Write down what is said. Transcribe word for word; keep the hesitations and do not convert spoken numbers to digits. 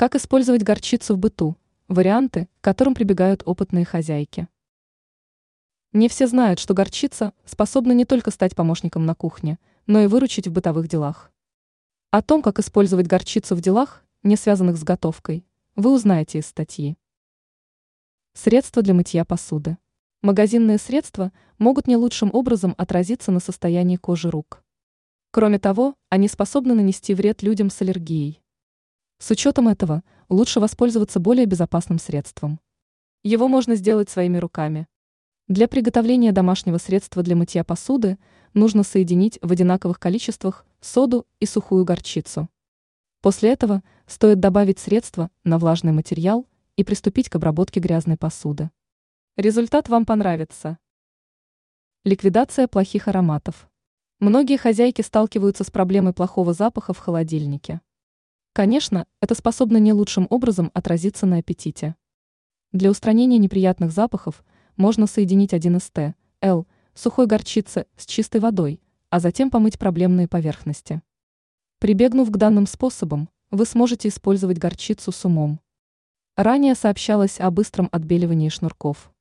Как использовать горчицу в быту? Варианты, к которым прибегают опытные хозяйки. Не все знают, что горчица способна не только стать помощником на кухне, но и выручить в бытовых делах. О том, как использовать горчицу в делах, не связанных с готовкой, вы узнаете из статьи. Средства для мытья посуды. Магазинные средства могут не лучшим образом отразиться на состоянии кожи рук. Кроме того, они способны нанести вред людям с аллергией. С учетом этого, лучше воспользоваться более безопасным средством. Его можно сделать своими руками. Для приготовления домашнего средства для мытья посуды нужно соединить в одинаковых количествах соду и сухую горчицу. После этого стоит добавить средство на влажный материал и приступить к обработке грязной посуды. Результат вам понравится. Ликвидация плохих ароматов. Многие хозяйки сталкиваются с проблемой плохого запаха в холодильнике. Конечно, это способно не лучшим образом отразиться на аппетите. Для устранения неприятных запахов можно соединить один эс тэ эл сухой горчицы с чистой водой, а затем помыть проблемные поверхности. Прибегнув к данным способам, вы сможете использовать горчицу с умом. Ранее сообщалось о быстром отбеливании шнурков.